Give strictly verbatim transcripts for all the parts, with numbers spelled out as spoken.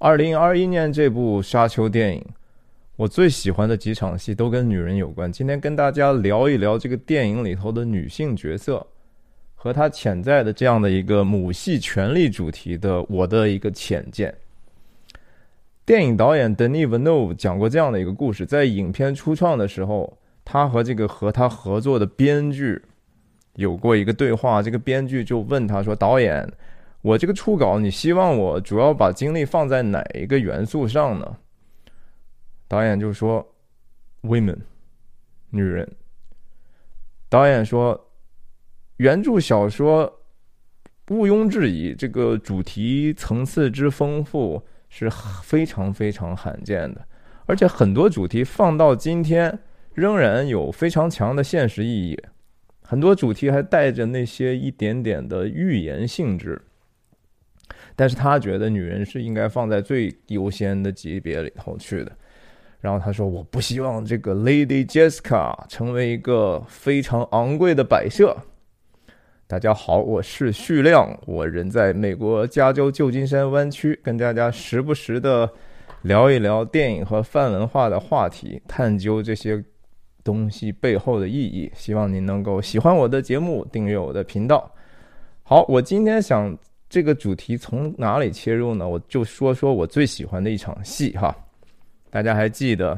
二零二一年这部沙丘电影，我最喜欢的几场戏都跟女人有关。今天跟大家聊一聊这个电影里头的女性角色和她潜在的这样的一个母系权力主题的我的一个浅见。电影导演 Denis Villeneuve 讲过这样的一个故事，在影片初创的时候，他和这个和他合作的编剧有过一个对话，这个编剧就问他说，导演，我这个初稿你希望我主要把精力放在哪一个元素上呢？导演就说 women 女人。导演说原著小说毋庸置疑，这个主题层次之丰富是非常非常罕见的，而且很多主题放到今天仍然有非常强的现实意义，很多主题还带着那些一点点的预言性质，但是他觉得女人是应该放在最优先的级别里头去的。然后他说，我不希望这个 Lady Jessica 成为一个非常昂贵的摆设。大家好，我是旭亮，我人在美国加州旧金山湾区，跟大家时不时的聊一聊电影和泛文化的话题，探究这些东西背后的意义。希望您能够喜欢我的节目，订阅我的频道。好，我今天想这个主题从哪里切入呢？我就说说我最喜欢的一场戏哈。大家还记得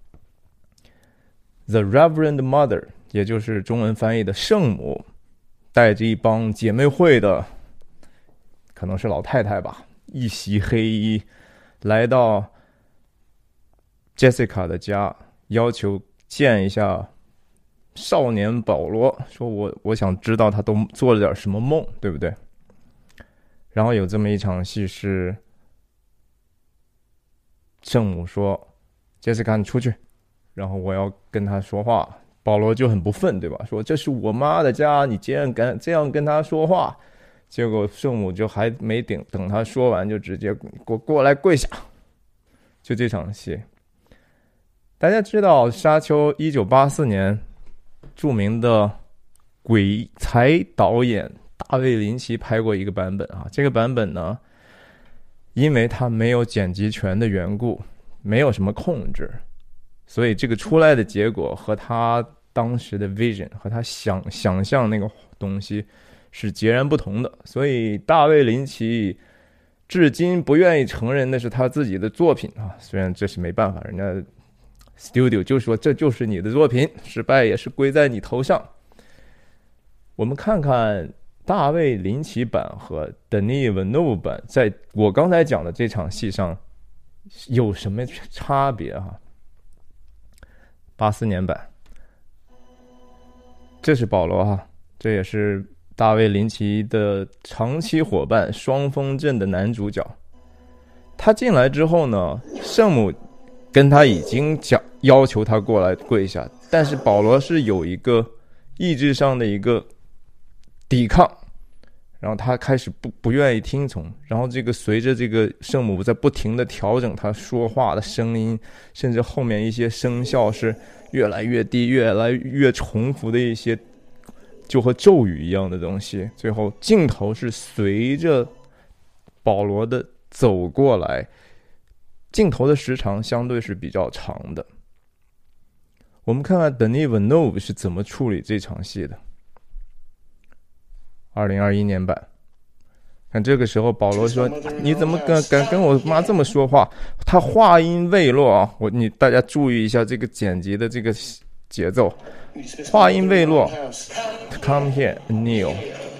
The Reverend Mother， 也就是中文翻译的圣母，带着一帮姐妹会的，可能是老太太吧，一袭黑衣来到 Jessica 的家，要求见一下少年保罗，说我我想知道他都做了点什么梦，对不对？然后有这么一场戏是圣母说 Jessica 你出去，然后我要跟他说话。保罗就很不忿，对吧？说这是我妈的家，你竟然敢这样跟他说话。结果圣母就还没等等他说完，就直接过过来跪下。就这场戏，大家知道沙丘一九八四年著名的鬼才导演大卫林奇拍过一个版本啊，这个版本呢，因为他没有剪辑权的缘故，没有什么控制，所以这个出来的结果和他当时的 vision 和他想想象那个东西是截然不同的。所以大卫林奇至今不愿意承认那是他自己的作品啊，虽然这是没办法，人家 studio 就说这就是你的作品，失败也是归在你头上。我们看看大卫林奇版和 Denis Villeneuve 版在我刚才讲的这场戏上有什么差别啊？八四年版，这是保罗哈，这也是大卫林奇的长期伙伴，双峰镇的男主角。他进来之后呢，圣母跟他已经讲要求他过来跪下，但是保罗是有一个意志上的一个抵抗，然后他开始不不愿意听从，然后这个随着这个圣母在不停的调整他说话的声音，甚至后面一些声效是越来越低，越来越重复的一些就和咒语一样的东西，最后镜头是随着保罗的走过来，镜头的时长相对是比较长的。我们看看 Denis Villeneuve 是怎么处理这场戏的。二零二一年版，看这个时候保罗说，你怎么敢敢跟我妈这么说话？他话音未落啊，我你大家注意一下这个剪辑的这个节奏，话音未落 Come here kneel，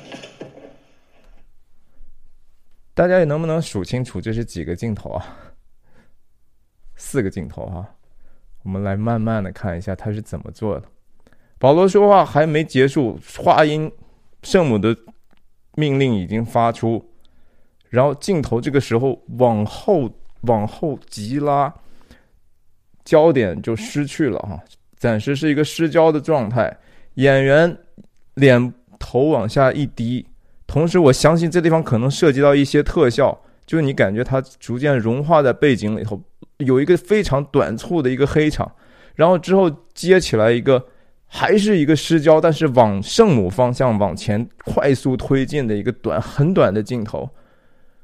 大家也能不能数清楚这是几个镜头啊？四个镜头啊，我们来慢慢的看一下他是怎么做的。保罗说话还没结束，话音圣母的命令已经发出，然后镜头这个时候往后往后急拉，焦点就失去了哈，暂时是一个失焦的状态，演员脸头往下一低，同时我相信这地方可能涉及到一些特效，就是你感觉它逐渐融化在背景里头，有一个非常短促的一个黑场，然后之后接起来一个还是一个失焦，但是往圣母方向往前快速推进的一个短很短的镜头，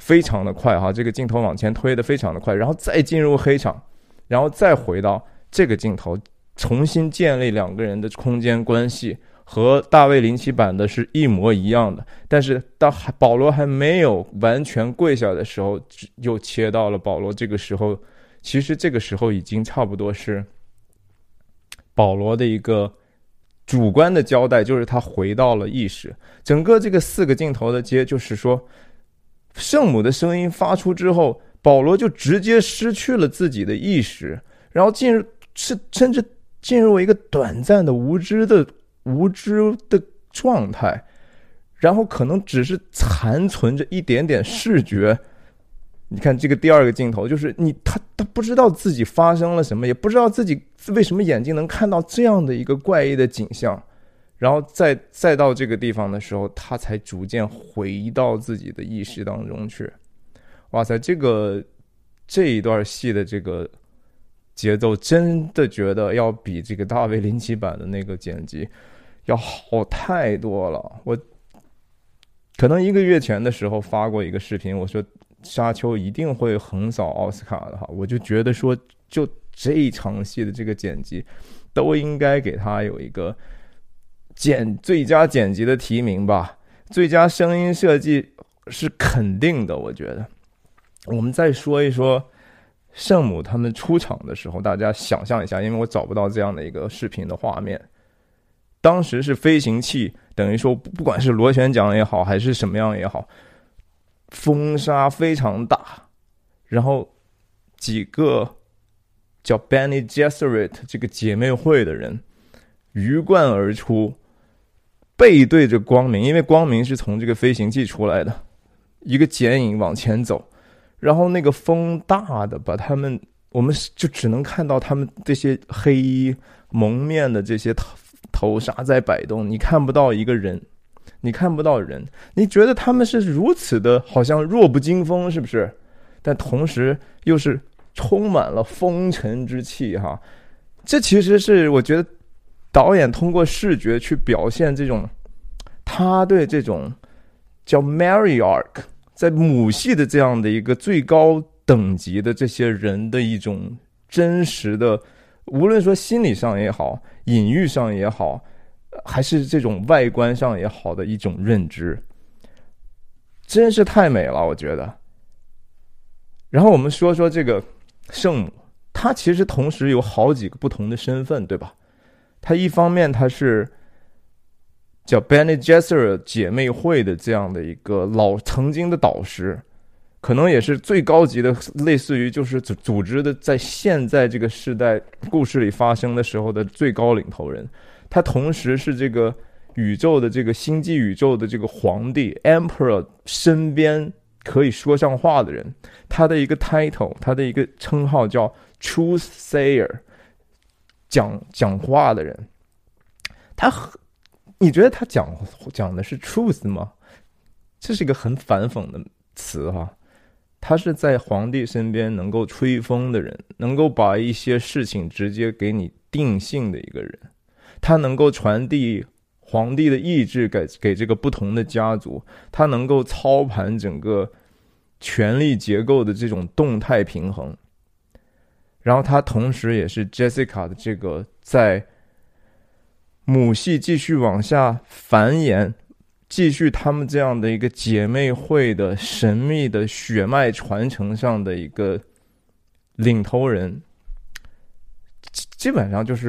非常的快哈，这个镜头往前推的非常的快，然后再进入黑场，然后再回到这个镜头，重新建立两个人的空间关系，和大卫林奇版的是一模一样的。但是当保罗还没有完全跪下的时候，又切到了保罗这个时候，其实这个时候已经差不多是保罗的一个主观的交代，就是他回到了意识。整个这个四个镜头的接，就是说圣母的声音发出之后，保罗就直接失去了自己的意识，然后进入是甚至进入一个短暂的无知的无知的状态，然后可能只是残存着一点点视觉。你看这个第二个镜头，就是你他他不知道自己发生了什么，也不知道自己为什么眼睛能看到这样的一个怪异的景象，然后再再到这个地方的时候，他才逐渐回到自己的意识当中去。哇塞，这个这一段戏的这个节奏真的觉得要比这个大卫林奇版的那个剪辑要好太多了。我可能一个月前的时候发过一个视频，我说沙丘一定会横扫奥斯卡的哈，我就觉得说就这一场戏的这个剪辑都应该给他有一个剪最佳剪辑的提名吧，最佳声音设计是肯定的。我觉得我们再说一说圣母他们出场的时候，大家想象一下，因为我找不到这样的一个视频的画面。当时是飞行器，等于说不管是螺旋桨也好还是什么样也好，风沙非常大，然后几个叫 Bene Gesserit 这个姐妹会的人鱼贯而出，背对着光明，因为光明是从这个飞行器出来的，一个剪影往前走，然后那个风大的把他们，我们就只能看到他们这些黑衣蒙面的这些头头纱在摆动，你看不到一个人，你看不到人，你觉得他们是如此的好像弱不禁风，是不是？但同时又是充满了风尘之气哈。这其实是我觉得导演通过视觉去表现这种他对这种叫 Mariarch 在母系的这样的一个最高等级的这些人的一种真实的，无论说心理上也好，隐喻上也好，还是这种外观上也好的一种认知，真是太美了，我觉得。然后我们说说这个圣母，她其实同时有好几个不同的身份，对吧？她一方面她是叫 Bene Gesserit 姐妹会的这样的一个老曾经的导师，可能也是最高级的，类似于就是组织的在现在这个时代故事里发生的时候的最高领头人。他同时是这个宇宙的这个星际宇宙的这个皇帝 Emperor 身边可以说上话的人，他的一个 title， 他的一个称号叫 Truth Sayer， 讲讲话的人。他你觉得他讲讲的是 truth 吗？这是一个很反讽的词哈。他是在皇帝身边能够吹风的人，能够把一些事情直接给你定性的一个人，他能够传递皇帝的意志给给这个不同的家族，他能够操盘整个权力结构的这种动态平衡。然后他同时也是 Jessica 的这个在母系继续往下繁衍，继续他们这样的一个姐妹会的神秘的血脉传承上的一个领头人，基本上就是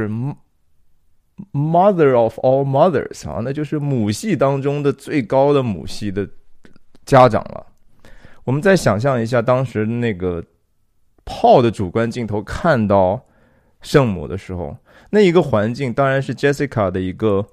mother of all mothers 啊，那就是母系当中的最高的母系的家长了。我们再想象一下当时那个炮的主观镜头看到圣母的时候，那一个环境当然是 Jessica 的一个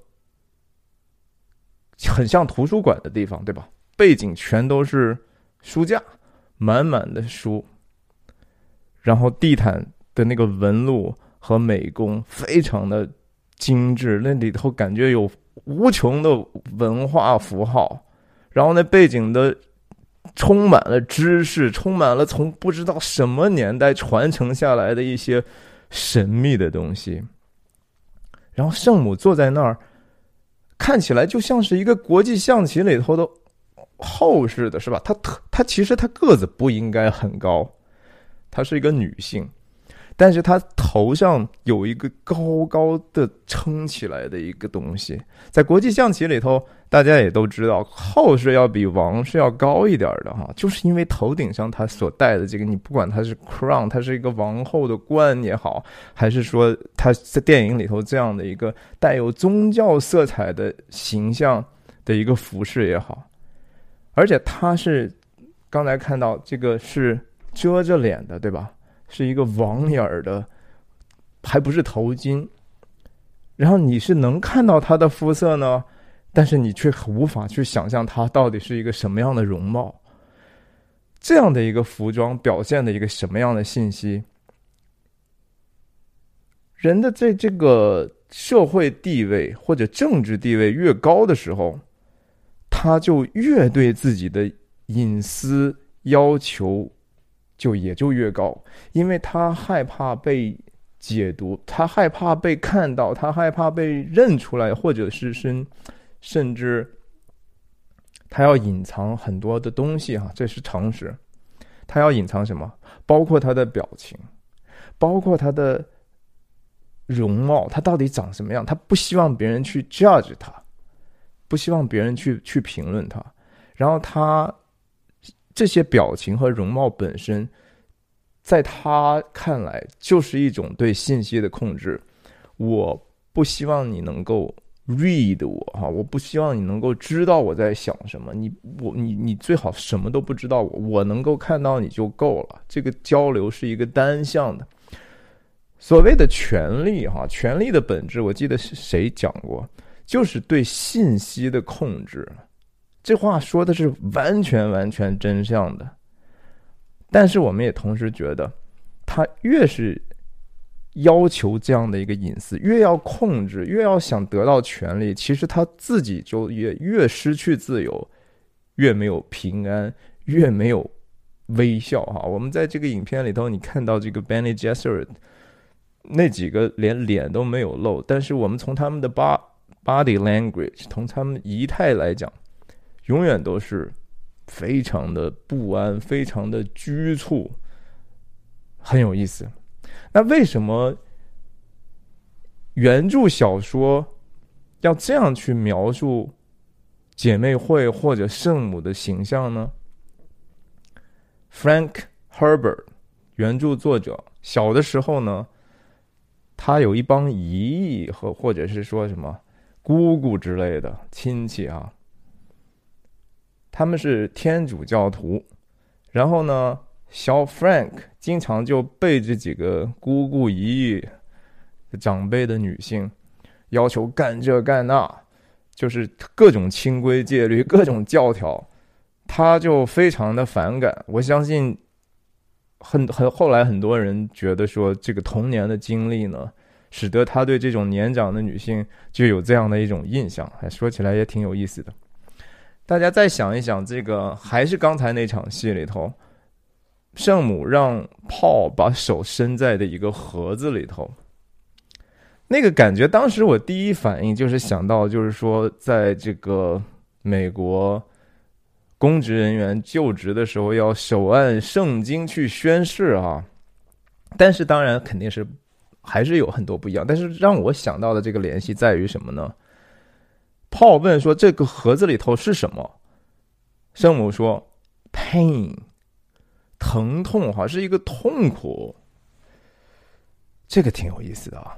很像图书馆的地方，对吧？背景全都是书架，满满的书，然后地毯的那个纹路和美工非常的精致，那里头感觉有无穷的文化符号，然后那背景的充满了知识，充满了从不知道什么年代传承下来的一些神秘的东西。然后圣母坐在那儿，看起来就像是一个国际象棋里头的后世的是吧？她她其实她个子不应该很高，她是一个女性，但是她头上有一个高高的撑起来的一个东西。在国际象棋里头，大家也都知道，后是要比王是要高一点的哈，就是因为头顶上她所戴的这个，你不管它是 crown， 它是一个王后的冠也好，还是说她在电影里头这样的一个带有宗教色彩的形象的一个服饰也好，而且她是刚才看到这个是遮着脸的，对吧？是一个网眼的，还不是头巾。然后你是能看到她的肤色呢，但是你却无法去想象她到底是一个什么样的容貌。这样的一个服装表现的一个什么样的信息？人的在这个社会地位或者政治地位越高的时候，他就越对自己的隐私要求就也就越高，因为他害怕被解读，他害怕被看到，他害怕被认出来，或者是甚甚至他要隐藏很多的东西哈，这是常识。他要隐藏什么？包括他的表情，包括他的容貌，他到底长什么样？他不希望别人去 judge 他，不希望别人去去评论他。然后他这些表情和容貌本身，在他看来就是一种对信息的控制。我不希望你能够 read 我哈，我不希望你能够知道我在想什么，你我你你最好什么都不知道我，我能够看到你就够了。这个交流是一个单向的。所谓的权力哈，权力的本质，我记得是谁讲过，就是对信息的控制。这话说的是完全完全真相的，但是我们也同时觉得，他越是要求这样的一个隐私，越要控制，越要想得到权利，其实他自己就也越失去自由，越没有平安，越没有微笑哈。我们在这个影片里头，你看到这个 Bene Gesserit 那几个连脸都没有露，但是我们从他们的 body language， 从他们仪态来讲，永远都是非常的不安，非常的拘促，很有意思。那为什么原著小说要这样去描述姐妹会或者圣母的形象呢？ Frank Herbert 原著作者小的时候呢，他有一帮姨姨和或者是说什么姑姑之类的亲戚啊，他们是天主教徒，然后呢，小 Frank 经常就被这几个姑姑姨姨长辈的女性要求干这干那，就是各种清规戒律，各种教条，他就非常的反感。我相信很很后来很多人觉得说，这个童年的经历呢，使得他对这种年长的女性就有这样的一种印象。还说起来也挺有意思的。大家再想一想，这个还是刚才那场戏里头，圣母让Paul把手伸在的一个盒子里头，那个感觉，当时我第一反应就是想到，就是说，在这个美国公职人员就职的时候，要手按圣经去宣誓啊。但是当然肯定是还是有很多不一样。但是让我想到的这个联系在于什么呢？Paul 问说这个盒子里头是什么？圣母说 pain， 疼痛哈，是一个痛苦。这个挺有意思的啊。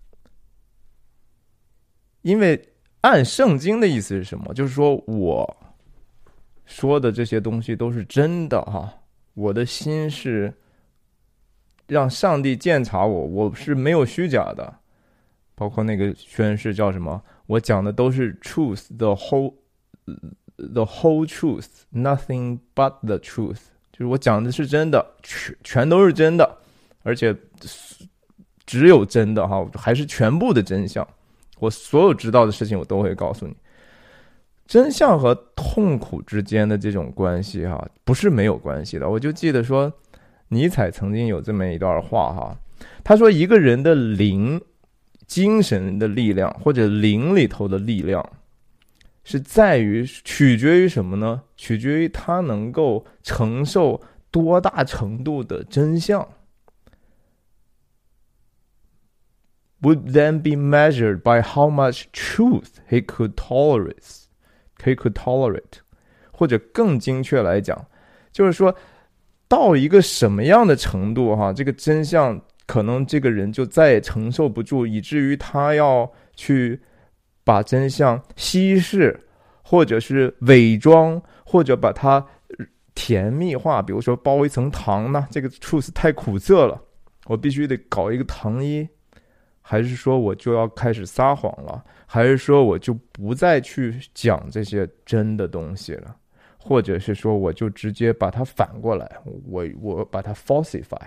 因为按圣经的意思是什么？就是说我说的这些东西都是真的哈，我的心是让上帝鉴察我，我是没有虚假的。包括那个宣誓叫什么？我讲的都是 truth, the whole, the whole truth, nothing but the truth。就是我讲的是真的，全全都是真的，而且只有真的哈，还是全部的真相。我所有知道的事情，我都会告诉你。真相和痛苦之间的这种关系哈，不是没有关系的。我就记得说，尼采曾经有这么一段话哈，他说一个人的灵。精神的力量或者灵里头的力量是在于取决于什么呢？取决于他能够承受多大程度的真相。Would then be measured by how much truth he could tolerate. He could tolerate. 或者更精确来讲，就是说到一个什么样的程度哈，这个真相可能这个人就再也承受不住，以至于他要去把真相稀释，或者是伪装，或者把它甜蜜化，比如说包一层糖呢，这个 truth 太苦涩了，我必须得搞一个糖衣，还是说我就要开始撒谎了，还是说我就不再去讲这些真的东西了，或者是说我就直接把它反过来，我我把它 falsify。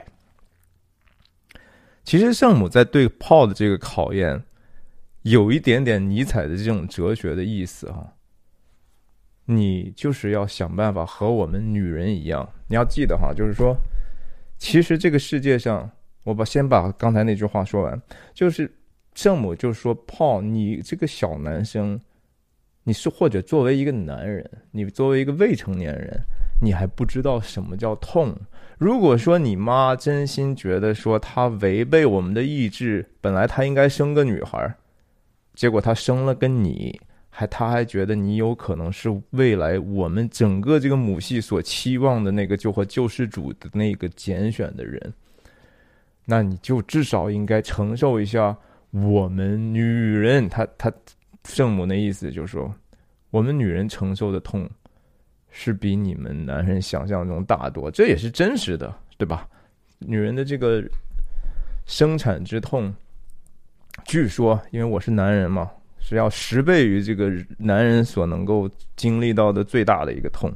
其实圣母在对 Paul 的这个考验有一点点尼采的这种哲学的意思哈，你就是要想办法和我们女人一样，你要记得哈，就是说其实这个世界上，我把先把刚才那句话说完，就是圣母就说 Paul 你这个小男生，你是或者作为一个男人，你作为一个未成年人，你还不知道什么叫痛。如果说你妈真心觉得说她违背我们的意志，本来她应该生个女孩，结果她生了个你，还她还觉得你有可能是未来我们整个这个母系所期望的那个救和救世主的那个拣选的人，那你就至少应该承受一下我们女人，她她圣母的意思就是说，我们女人承受的痛是比你们男人想象中大多，这也是真实的，对吧？女人的这个生产之痛，据说因为我是男人嘛，是要十倍于这个男人所能够经历到的最大的一个痛。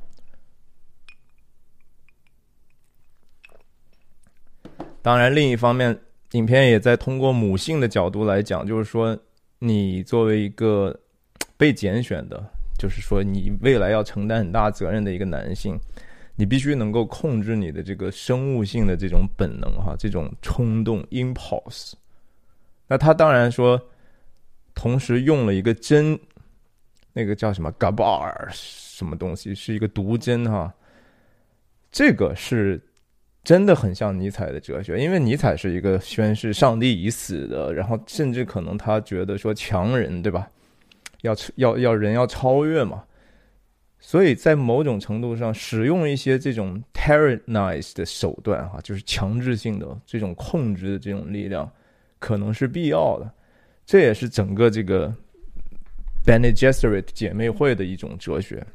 当然另一方面，影片也在通过母性的角度来讲，就是说你作为一个被拣选的，就是说你未来要承担很大责任的一个男性，你必须能够控制你的这个生物性的这种本能哈，这种冲动 impulse。 那他当然说同时用了一个针，那个叫什么 gabar 什么东西，是一个毒针哈，这个是真的很像尼采的哲学，因为尼采是一个宣示上帝已死的，然后甚至可能他觉得说强人，对吧，要要要人要超越嘛，所以在某种程度上使用一些这种 tyrannize 的手段哈，就是强制性的这种控制的这种力量，可能是必要的。这也是整个这个 Bene Gesserit 姐妹会的一种哲学。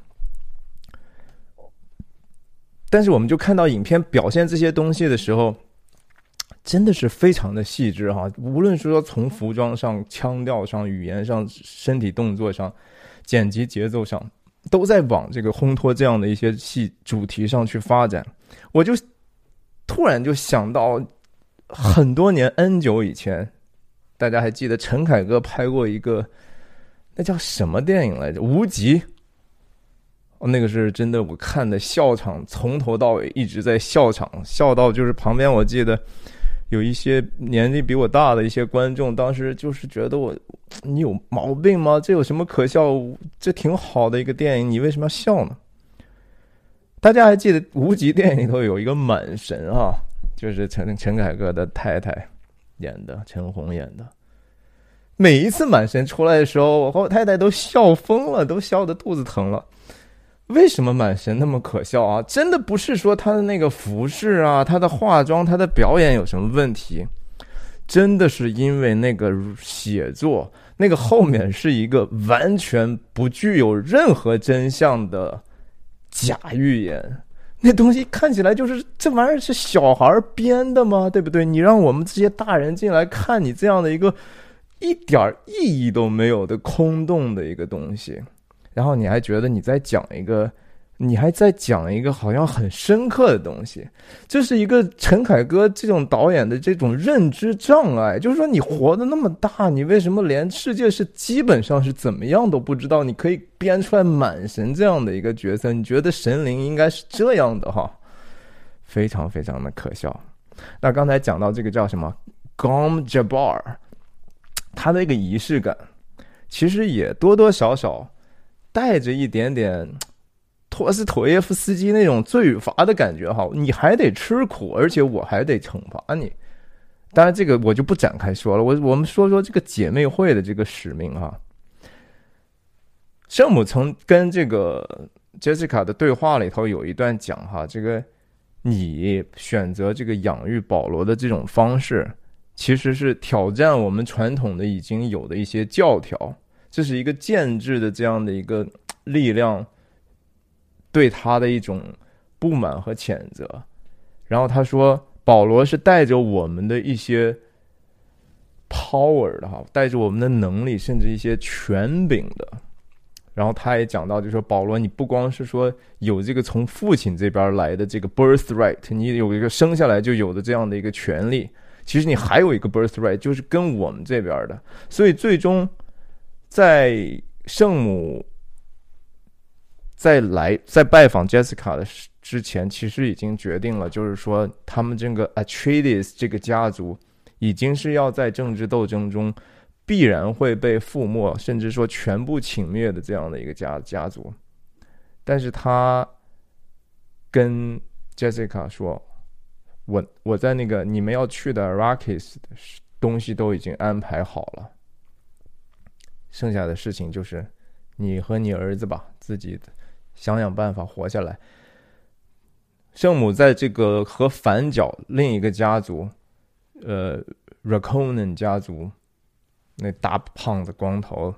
但是我们就看到影片表现这些东西的时候，真的是非常的细致哈，无论是说从服装上、腔调上、语言上、身体动作上、剪辑节奏上，都在往这个烘托这样的一些戏主题上去发展。我就突然就想到很多年 N 久以前，大家还记得陈凯歌拍过一个那叫什么电影来着，无极。哦，那个是真的，我看的笑场，从头到尾一直在笑场，笑到就是旁边我记得有一些年纪比我大的一些观众，当时就是觉得我，你有毛病吗？这有什么可笑？这挺好的一个电影，你为什么要笑呢？大家还记得无极电影里头有一个满神啊，就是陈陈凯歌的太太演的，陈红演的。每一次满神出来的时候，我和我太太都笑疯了，都笑得肚子疼了。为什么满神那么可笑啊？真的不是说他的那个服饰啊，他的化妆，他的表演有什么问题，真的是因为那个写作，那个后面是一个完全不具有任何真相的假预言，那东西看起来就是这玩意儿是小孩编的吗？对不对？你让我们这些大人进来看你这样的一个一点意义都没有的空洞的一个东西，然后你还觉得你在讲一个，你还在讲一个好像很深刻的东西，这是一个陈凯歌这种导演的这种认知障碍。就是说你活得那么大，你为什么连世界是基本上是怎么样都不知道？你可以编出来满神这样的一个角色，你觉得神灵应该是这样的哈，非常非常的可笑。那刚才讲到这个叫什么 Gom Jabbar， 他的一个仪式感其实也多多少少带着一点点托斯妥耶夫斯基那种罪与罚的感觉哈，你还得吃苦，而且我还得惩罚你。当然这个我就不展开说了，我我们说说这个姐妹会的这个使命哈。圣母曾跟这个 Jessica 的对话里头有一段讲哈，这个你选择这个养育保罗的这种方式，其实是挑战我们传统的已经有的一些教条，这是一个建制的这样的一个力量对他的一种不满和谴责。然后他说保罗是带着我们的一些 power 的哈，带着我们的能力甚至一些权柄的。然后他也讲到，就是说保罗你不光是说有这个从父亲这边来的这个 birthright， 你有一个生下来就有的这样的一个权利，其实你还有一个 birthright， 就是跟我们这边的。所以最终在圣母在来在拜访 Jessica 的之前，其实已经决定了，就是说他们这个 Atreides 这个家族已经是要在政治斗争中必然会被覆没，甚至说全部请灭的这样的一个家家族。但是他跟 Jessica 说，我我在那个你们要去的 Arrakis 的东西都已经安排好了，剩下的事情就是你和你儿子吧，自己想想办法活下来。圣母在这个和反角另一个家族呃 Raconen 家族那大胖子光头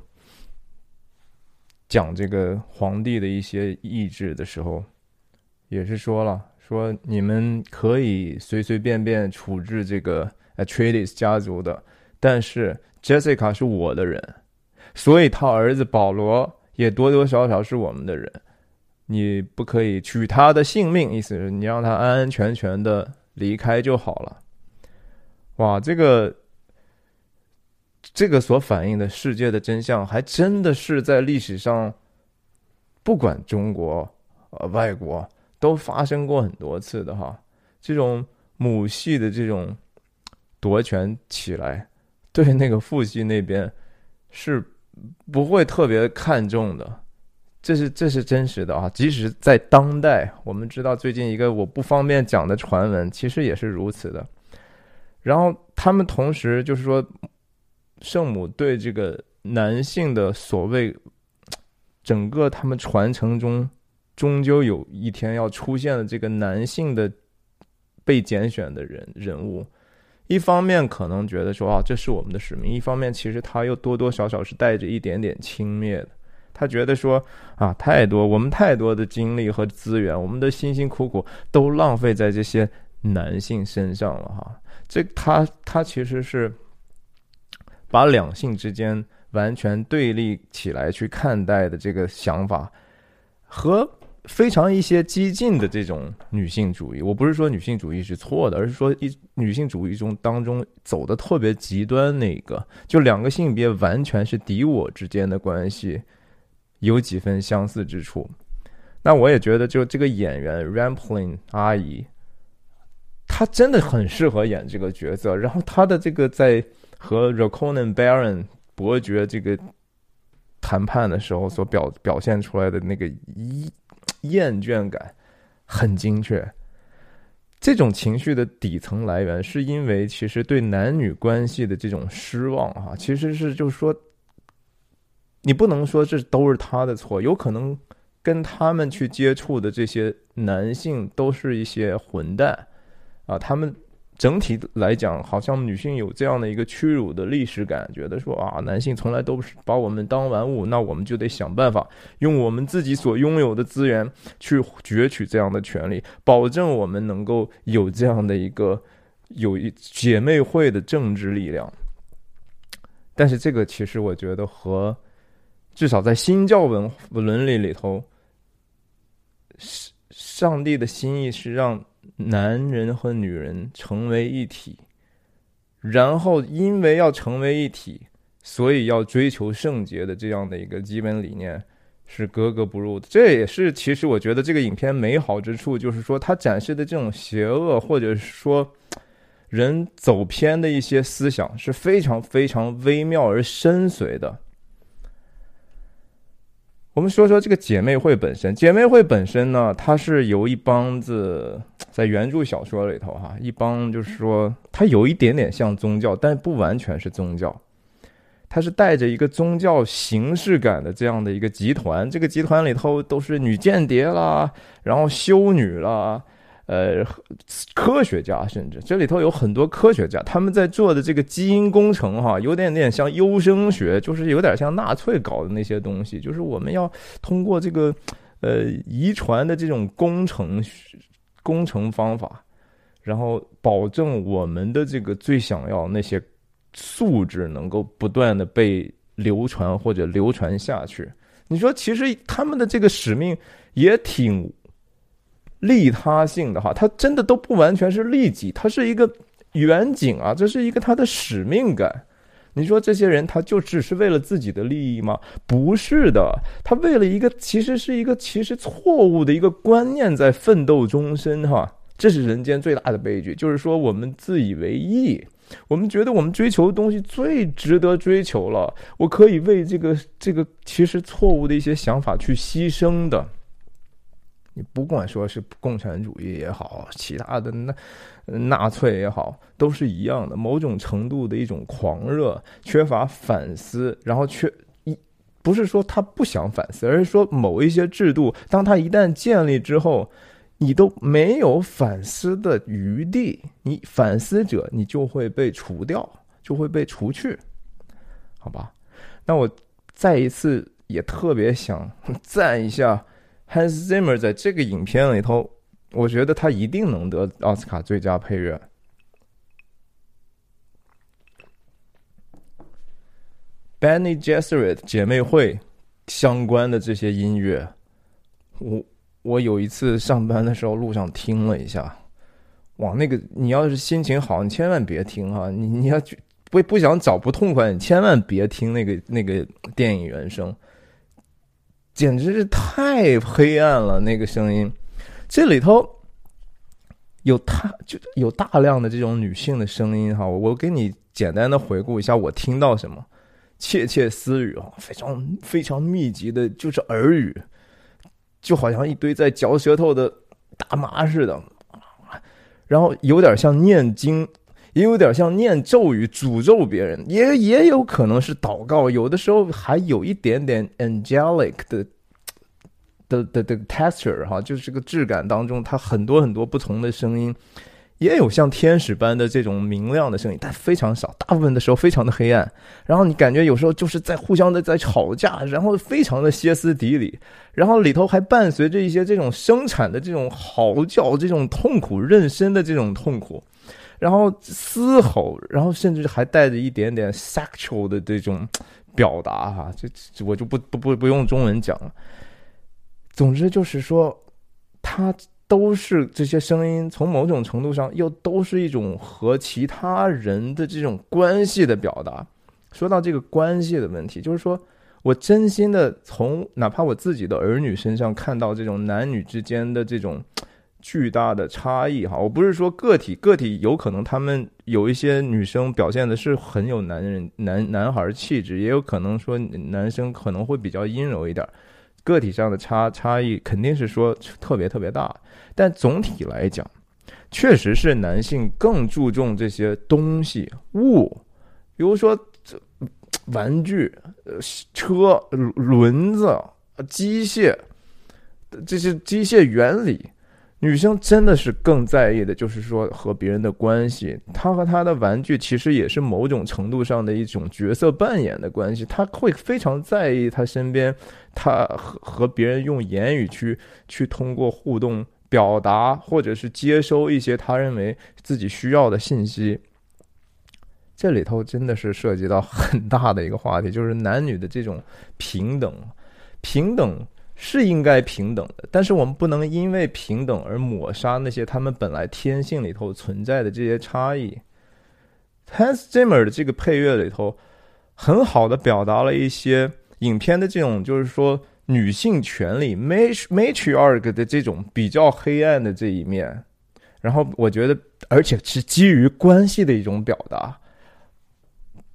讲这个皇帝的一些意志的时候，也是说了，说你们可以随随便便处置这个 Atreides 家族的，但是 Jessica 是我的人，所以他儿子保罗也多多少少是我们的人，你不可以取他的性命，意思是你让他安安全全的离开就好了。哇，这个这个所反映的世界的真相，还真的是在历史上，不管中国、呃外国，都发生过很多次的哈。这种母系的这种夺权起来，对那个父系那边是不会特别看重的，这是这是真实的啊。即使在当代，我们知道最近一个我不方便讲的传闻，其实也是如此的。然后他们同时就是说，圣母对这个男性的所谓整个他们传承中终究有一天要出现的这个男性的被拣选的人人物，一方面可能觉得说啊这是我们的使命，一方面其实他又多多少少是带着一点点轻蔑的。他觉得说啊太多我们太多的精力和资源，我们的辛辛苦苦都浪费在这些男性身上了哈。这他他其实是把两性之间完全对立起来去看待的这个想法，和非常一些激进的这种女性主义，我不是说女性主义是错的，而是说一女性主义中当中走的特别极端那个，就两个性别完全是敌我之间的关系，有几分相似之处。那我也觉得就这个演员 Rampling 阿姨，她真的很适合演这个角色，然后她的这个在和 Raconen Baron 伯爵这个谈判的时候所表表现出来的那个厌倦感很精确。这种情绪的底层来源是因为其实对男女关系的这种失望啊，其实是就是说你不能说这都是他的错，有可能跟他们去接触的这些男性都是一些混蛋啊，他们整体来讲好像女性有这样的一个屈辱的历史感，觉得说啊男性从来都是把我们当玩物，那我们就得想办法用我们自己所拥有的资源去攫取这样的权利，保证我们能够有这样的一个有一姐妹会的政治力量。但是这个其实我觉得和至少在新教文伦理里头，上帝的心意是让男人和女人成为一体，然后因为要成为一体，所以要追求圣洁的这样的一个基本理念是格格不入的。这也是其实我觉得这个影片美好之处，就是说它展示的这种邪恶或者说人走偏的一些思想是非常非常微妙而深邃的。 我们说说这个姐妹会本身，姐妹会本身呢，它是由一帮子在原著小说里头哈，一帮就是说它有一点点像宗教，但不完全是宗教，它是带着一个宗教形式感的这样的一个集团。这个集团里头都是女间谍啦，然后修女啦，呃，科学家，甚至这里头有很多科学家，他们在做的这个基因工程哈，有点点像优生学，就是有点像纳粹搞的那些东西，就是我们要通过这个呃遗传的这种工程工程方法，然后保证我们的这个最想要那些素质能够不断的被流传或者流传下去。你说其实他们的这个使命也挺利他性的哈，它真的都不完全是利己，它是一个远景啊，这是一个他的使命感。你说这些人他就只是为了自己的利益吗？不是的，他为了一个其实是一个其实错误的一个观念在奋斗终身哈，这是人间最大的悲剧。就是说我们自以为意，我们觉得我们追求的东西最值得追求了，我可以为这个这个其实错误的一些想法去牺牲的。你不管说是共产主义也好，其他的纳纳粹也好，都是一样的，某种程度的一种狂热，缺乏反思，然后缺一不是说他不想反思，而是说某一些制度，当他一旦建立之后，你都没有反思的余地，你反思者你就会被除掉，就会被除去，好吧？那我再一次也特别想赞一下Hans Zimmer 在这个影片里头，我觉得他一定能得奥斯卡最佳配乐。Bene Gesserit 姐妹会相关的这些音乐，我我有一次上班的时候路上听了一下，哇，那个你要是心情好，你千万别听哈，你你要不不想找不痛快，你千万别听那个那个电影原声。简直是太黑暗了，那个声音，这里头有他就有大量的这种女性的声音哈，我给你简单的回顾一下我听到什么，窃窃私语，非常非常密集的，就是耳语，就好像一堆在嚼舌头的大妈似的，然后有点像念经，也有点像念咒语诅咒别人，也也有可能是祷告，有的时候还有一点点 angelic 的的的的 texture 哈，就是这个质感当中，它很多很多不同的声音，也有像天使般的这种明亮的声音，但非常少，大部分的时候非常的黑暗。然后你感觉有时候就是在互相的在吵架，然后非常的歇斯底里，然后里头还伴随着一些这种生产的这种嚎叫，这种痛苦妊娠的这种痛苦。然后嘶吼，然后甚至还带着一点点 sexual 的这种表达哈，这这我就不不不不用中文讲了。总之就是说，它都是这些声音，从某种程度上又都是一种和其他人的这种关系的表达。说到这个关系的问题，就是说我真心的从哪怕我自己的儿女身上看到这种男女之间的这种巨大的差异哈，我不是说个体个体有可能他们有一些女生表现的是很有男人男男孩气质，也有可能说男生可能会比较阴柔一点，个体上的差差异肯定是说特别特别大，但总体来讲，确实是男性更注重这些东西物，比如说玩具、车、轮子、机械，这些机械原理。女生真的是更在意的就是说和别人的关系，她和她的玩具其实也是某种程度上的一种角色扮演的关系，她会非常在意她身边她和和别人用言语去去通过互动表达或者是接收一些她认为自己需要的信息。这里头真的是涉及到很大的一个话题，就是男女的这种平等平等是应该平等的，但是我们不能因为平等而抹杀那些他们本来天性里头存在的这些差异。Hans Zimmer 的这个配乐里头很好的表达了一些影片的这种就是说女性权利 matriarch 的这种比较黑暗的这一面，然后我觉得而且是基于关系的一种表达。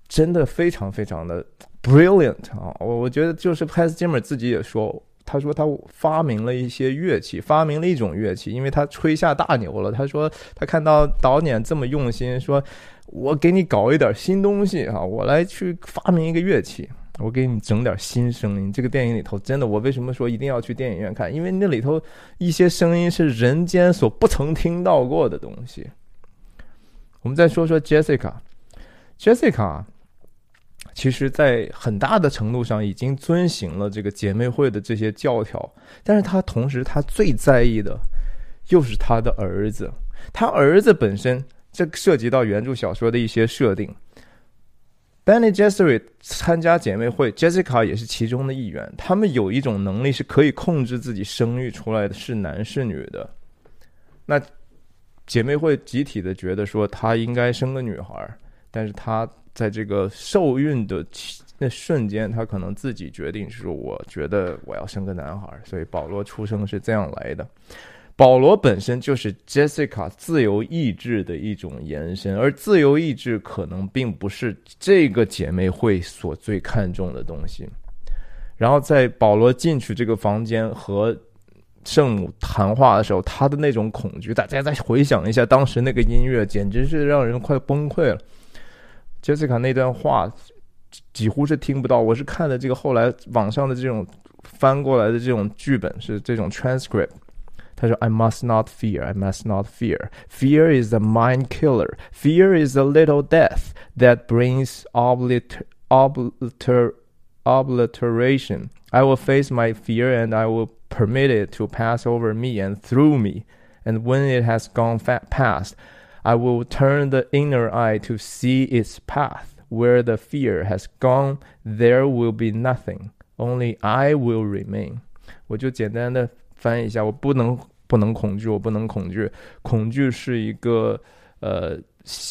真的非常非常的 brilliant 啊！我我觉得就是 Hans Zimmer 自己也说，他说他发明了一些乐器，发明了一种乐器，因为他吹下大牛了。他说他看到导演这么用心，说我给你搞一点新东西啊，我来去发明一个乐器，我给你整点新声音。这个电影里头真的，我为什么说一定要去电影院看？因为那里头一些声音是人间所不曾听到过的东西。我们再说说 Jessica。Jessica 其实在很大的程度上已经遵行了这个姐妹会的这些教条，但是她同时她最在意的又是她的儿子。她儿子本身，这涉及到原著小说的一些设定。Bene Gesserit 参加姐妹会 Jessica 也是其中的一员，他们有一种能力是可以控制自己生育出来的是男是女的。那姐妹会集体的觉得说她应该生个女孩，但是她在这个受孕的那瞬间，她可能自己决定说我觉得我要生个男孩，所以保罗出生是这样来的。保罗本身就是 Jessica 自由意志的一种延伸，而自由意志可能并不是这个姐妹会所最看重的东西。然后在保罗进去这个房间和圣母谈话的时候，他的那种恐惧，大家再回想一下当时那个音乐，简直是让人快崩溃了。Jessica 那段话几乎是听不到，我是看的这个后来网上的这种翻过来的这种剧本，是这种 transcript。他说 I must not fear, I must not fear. Fear is a mind killer. Fear is a little death that brings obliter, obliter, obliteration. I will face my fear and I will permit it to pass over me and through me. And when it has gone past, I will turn the inner eye to see its path. Where the fear has gone, there will be nothing. Only I will remain. 我就简单的翻译一下，我不能不能恐惧，我不能恐惧。恐惧是一个呃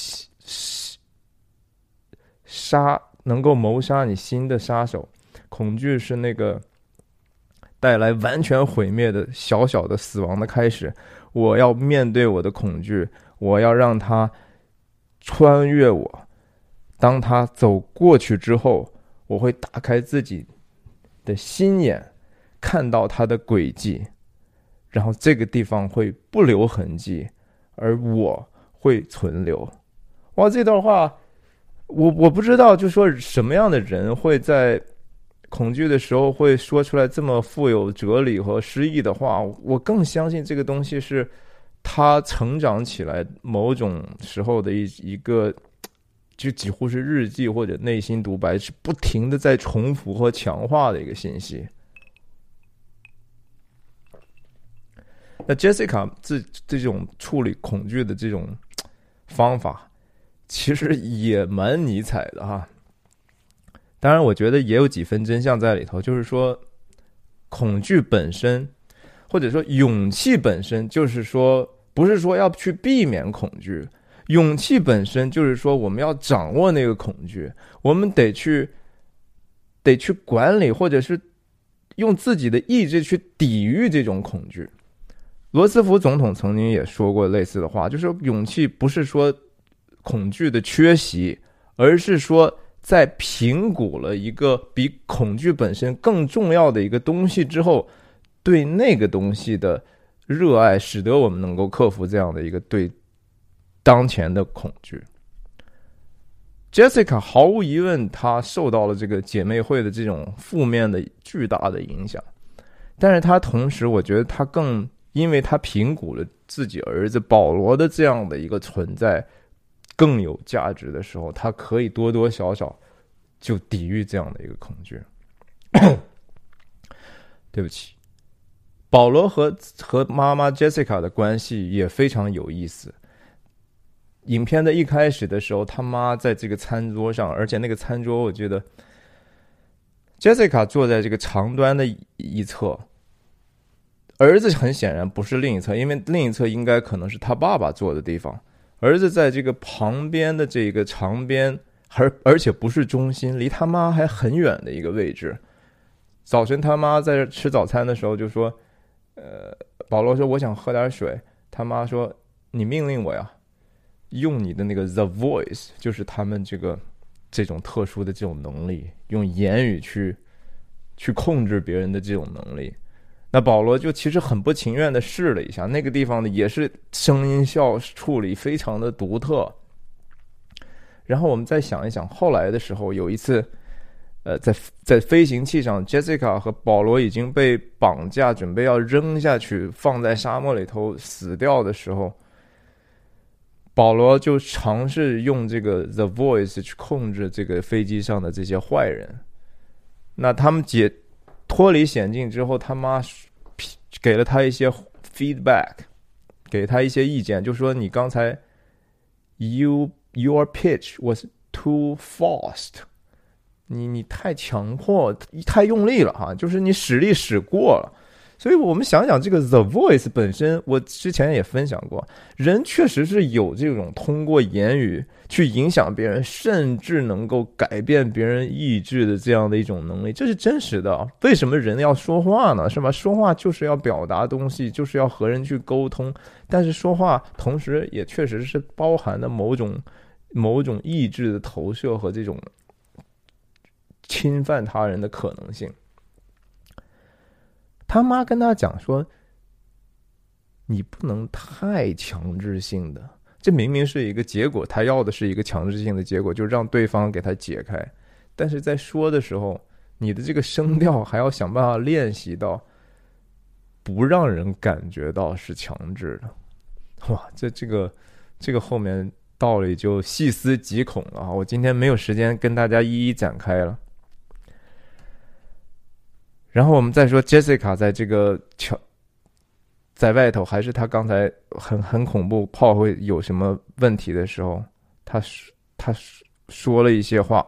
杀能够谋杀你心的杀手，恐惧是那个带来完全毁灭的小小的死亡的开始。我要面对我的恐惧，我要让它穿越我。当它走过去之后，我会打开自己的心眼，看到它的轨迹，然后这个地方会不留痕迹，而我会存留。哇，这段话我我不知道，就说什么样的人会在恐惧的时候会说出来这么富有哲理和诗意的话。我更相信这个东西是他成长起来某种时候的一一个，就几乎是日记或者内心独白，是不停的在重复和强化的一个信息。那 Jessica 这这种处理恐惧的这种方法，其实也蛮尼采的哈。当然，我觉得也有几分真相在里头，就是说，恐惧本身，或者说勇气本身，就是说，不是说要去避免恐惧，勇气本身就是说，我们要掌握那个恐惧，我们得去，得去管理，或者是用自己的意志去抵御这种恐惧。罗斯福总统曾经也说过类似的话，就是勇气不是说恐惧的缺席，而是说在评估了一个比恐惧本身更重要的一个东西之后，对那个东西的热爱，使得我们能够克服这样的一个对当前的恐惧。Jessica 毫无疑问，她受到了这个姐妹会的这种负面的巨大的影响，但是她同时，我觉得她更因为她评估了自己儿子保罗的这样的一个存在更有价值的时候，她可以多多少少就抵御这样的一个恐惧。对不起，保罗和和妈妈 Jessica 的关系也非常有意思。影片的一开始的时候，他妈在这个餐桌上，而且那个餐桌我觉得 Jessica 坐在这个长端的一侧，儿子很显然不是另一侧，因为另一侧应该可能是他爸爸坐的地方，儿子在这个旁边的这个长边，而而且不是中心，离他妈还很远的一个位置。早晨他妈在这吃早餐的时候就说，呃，保罗说我想喝点水，他妈说你命令我呀，用你的那个 The Voice， 就是他们这个这种特殊的这种能力，用言语去去控制别人的这种能力。那保罗就其实很不情愿的试了一下，那个地方呢也是声音效处理非常的独特。然后我们再想一想，后来的时候有一次，呃，在在飞行器上 ，Jessica 和保罗已经被绑架，准备要扔下去，放在沙漠里头死掉的时候，保罗就尝试用这个 The Voice 去控制这个飞机上的这些坏人。那他们解脱离险境之后，他妈给了他一些 feedback， 给他一些意见，就说你刚才 you your pitch was too fast， 你你太强迫，太用力了哈，就是你使力使过了。所以我们想想这个 The Voice 本身，我之前也分享过，人确实是有这种通过言语去影响别人，甚至能够改变别人意志的这样的一种能力，这是真实的。为什么人要说话呢？是吧？说话就是要表达东西，就是要和人去沟通，但是说话同时也确实是包含了某种某种意志的投射和这种侵犯他人的可能性。他妈跟他讲说，你不能太强制性的，这明明是一个结果，他要的是一个强制性的结果，就让对方给他解开。但是在说的时候，你的这个声调还要想办法练习到不让人感觉到是强制的。哇，这这个这个后面道理就细思极恐了啊！我今天没有时间跟大家一一展开了。然后我们再说 Jessica 在这个桥在外头，还是他刚才很很恐怖炮会有什么问题的时候，他他说了一些话，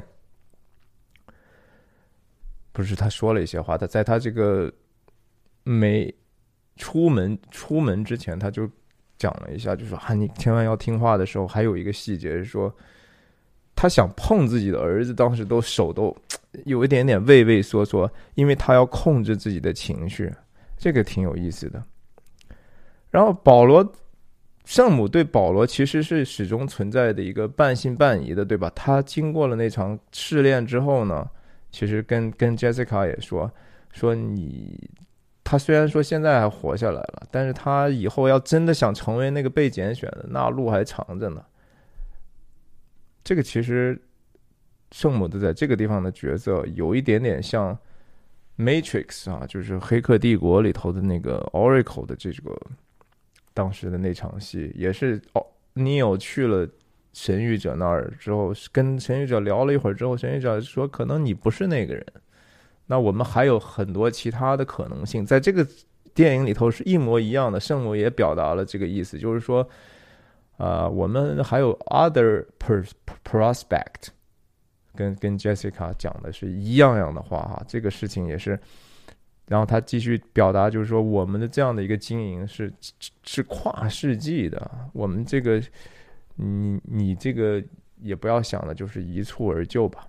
不是他说了一些话，他在他这个没出门出门之前，他就讲了一下，就说啊，你千万要听话的时候，还有一个细节是说，他想碰自己的儿子，当时都手都有一点点畏畏缩缩，因为他要控制自己的情绪，这个挺有意思的。然后保罗圣母对保罗其实是始终存在的一个半信半疑的，对吧？他经过了那场试炼之后呢，其实跟跟 Jessica 也说说你，他虽然说现在还活下来了，但是他以后要真的想成为那个被拣选的，那路还长着呢。这个其实圣母的在这个地方的角色有一点点像 Matrix 啊，就是黑客帝国里头的那个 Oracle 的这个当时的那场戏，也是哦 Neo 去了神谕者那儿之后，跟神谕者聊了一会儿之后，神谕者说可能你不是那个人，那我们还有很多其他的可能性。在这个电影里头是一模一样的，圣母也表达了这个意思，就是说啊、呃，我们还有 other prospect， 跟跟 Jessica 讲的是一样样的话哈，这个事情也是。然后他继续表达，就是说我们的这样的一个经营是是跨世纪的，我们这个你你这个也不要想的就是一蹴而就吧。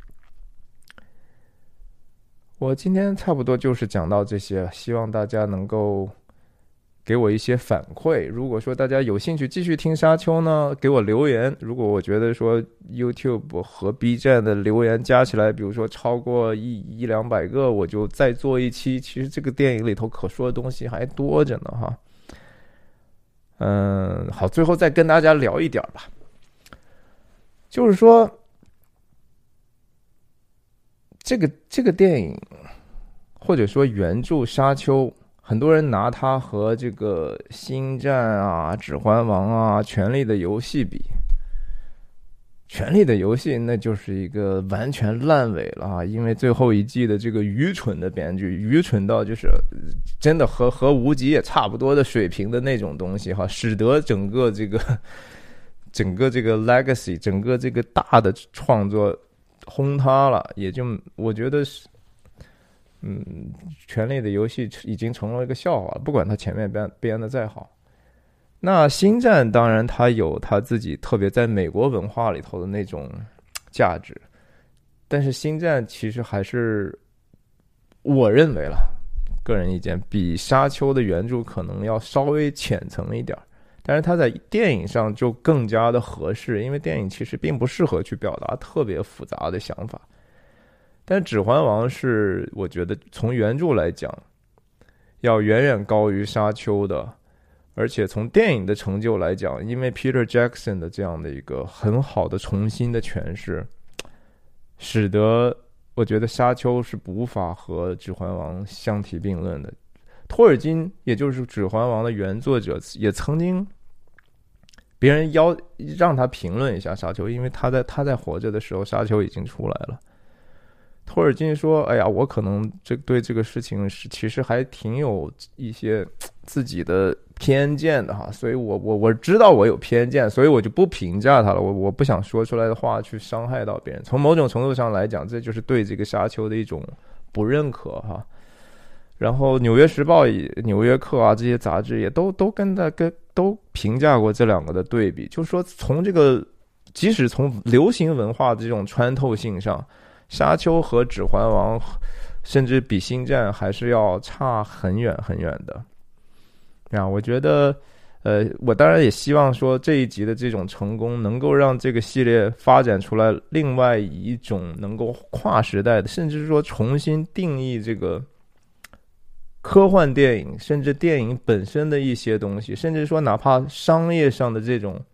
我今天差不多就是讲到这些，希望大家能够给我一些反馈。如果说大家有兴趣继续听沙丘呢，给我留言。如果我觉得说 YouTube 和 B 站的留言加起来，比如说超过一一两百个，我就再做一期。其实这个电影里头可说的东西还多着呢哈。嗯，好，最后再跟大家聊一点吧，就是说这个这个电影或者说原著《沙丘》。很多人拿它和这个《星战》啊、《指环王》啊、《权力的游戏》比，《权力的游戏》那就是一个完全烂尾了啊！因为最后一季的这个愚蠢的编剧，愚蠢到就是真的和和无极也差不多的水平的那种东西哈，使得整个这个整个这个 legacy， 整个这个大的创作轰塌了，也就我觉得是。嗯，权力的游戏已经成了一个笑话了，不管它前面编编的再好。那星战当然它有它自己特别在美国文化里头的那种价值，但是星战其实还是我认为了，个人意见比沙丘的原著可能要稍微浅层一点， 但是他在电影上就更加的合适，因为电影其实并不适合去表达特别复杂的想法。但《指环王》是我觉得从原著来讲要远远高于《沙丘》的，而且从电影的成就来讲，因为 Peter Jackson 的这样的一个很好的重新的诠释，使得我觉得《沙丘》是无法和《指环王》相提并论的。托尔金也就是《指环王》的原作者也曾经别人邀让他评论一下沙丘，因为他在他在活着的时候沙丘已经出来了。托尔金说哎呀，我可能这对这个事情是其实还挺有一些自己的偏见的哈，所以我我我知道我有偏见，所以我就不评价他了，我我不想说出来的话去伤害到别人。从某种程度上来讲，这就是对这个沙丘的一种不认可哈。然后《纽约时报》、《纽约客》啊这些杂志也都都跟他跟都评价过这两个的对比，就是说从这个即使从流行文化的这种穿透性上，沙丘和指环王甚至比星战还是要差很远很远的。啊，我觉得呃，我当然也希望说这一集的这种成功能够让这个系列发展出来另外一种能够跨时代的，甚至说重新定义这个科幻电影，甚至电影本身的一些东西，甚至说哪怕商业上的这种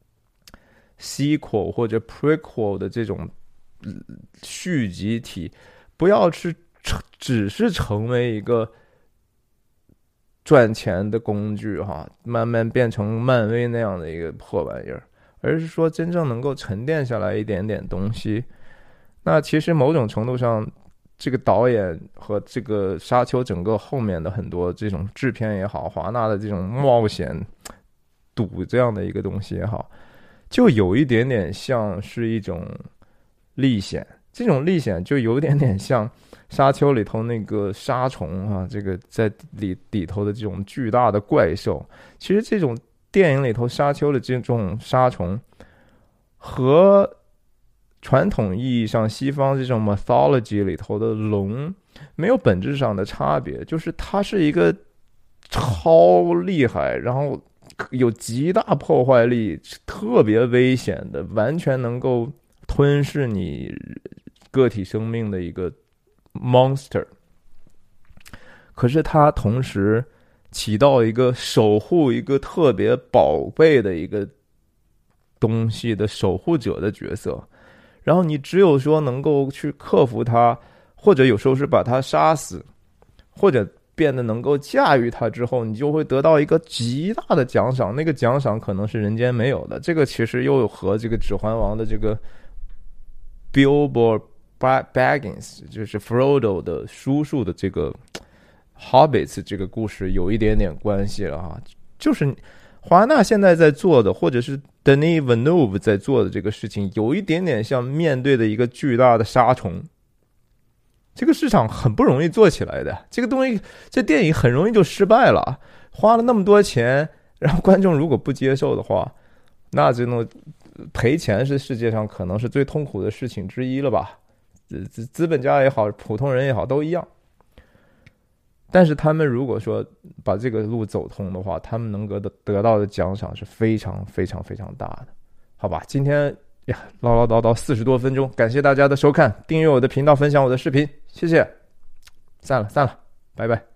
sequel 或者 prequel 的这种续集体，不要是只是成为一个赚钱的工具哈，慢慢变成漫威那样的一个破玩意儿，而是说真正能够沉淀下来一点点东西。那其实某种程度上，这个导演和这个沙丘整个后面的很多这种制片也好，华纳的这种冒险赌这样的一个东西也好，就有一点点像是一种历险，这种历险就有点点像沙丘里头那个沙虫啊，这个在里里头的这种巨大的怪兽。其实这种电影里头沙丘的这种沙虫和传统意义上西方这种 mythology 里头的龙没有本质上的差别，就是它是一个超厉害，然后有极大破坏力，特别危险的，完全能够吞噬你个体生命的一个 monster。 可是它同时起到一个守护一个特别宝贝的一个东西的守护者的角色，然后你只有说能够去克服它，或者有时候是把它杀死，或者变得能够驾驭它之后，你就会得到一个极大的奖赏，那个奖赏可能是人间没有的。这个其实又和这个指环王的这个 Bilbo Baggins 就是 Frodo 的叔叔的这个 Hobbits 这个故事有一点点关系了哈。就是华纳现在在做的，或者是 Denis Villeneuve 在做的这个事情，有一点点像面对的一个巨大的沙虫。这个市场很不容易做起来的，这个东西这电影很容易就失败了，花了那么多钱，然后观众如果不接受的话，那这种赔钱是世界上可能是最痛苦的事情之一了吧。资资本家也好，普通人也好，都一样。但是他们如果说把这个路走通的话，他们能得得到的奖赏是非常非常非常大的，好吧？今天呀唠唠叨叨四十多分钟，感谢大家的收看，订阅我的频道，分享我的视频，谢谢，散了散了，拜拜。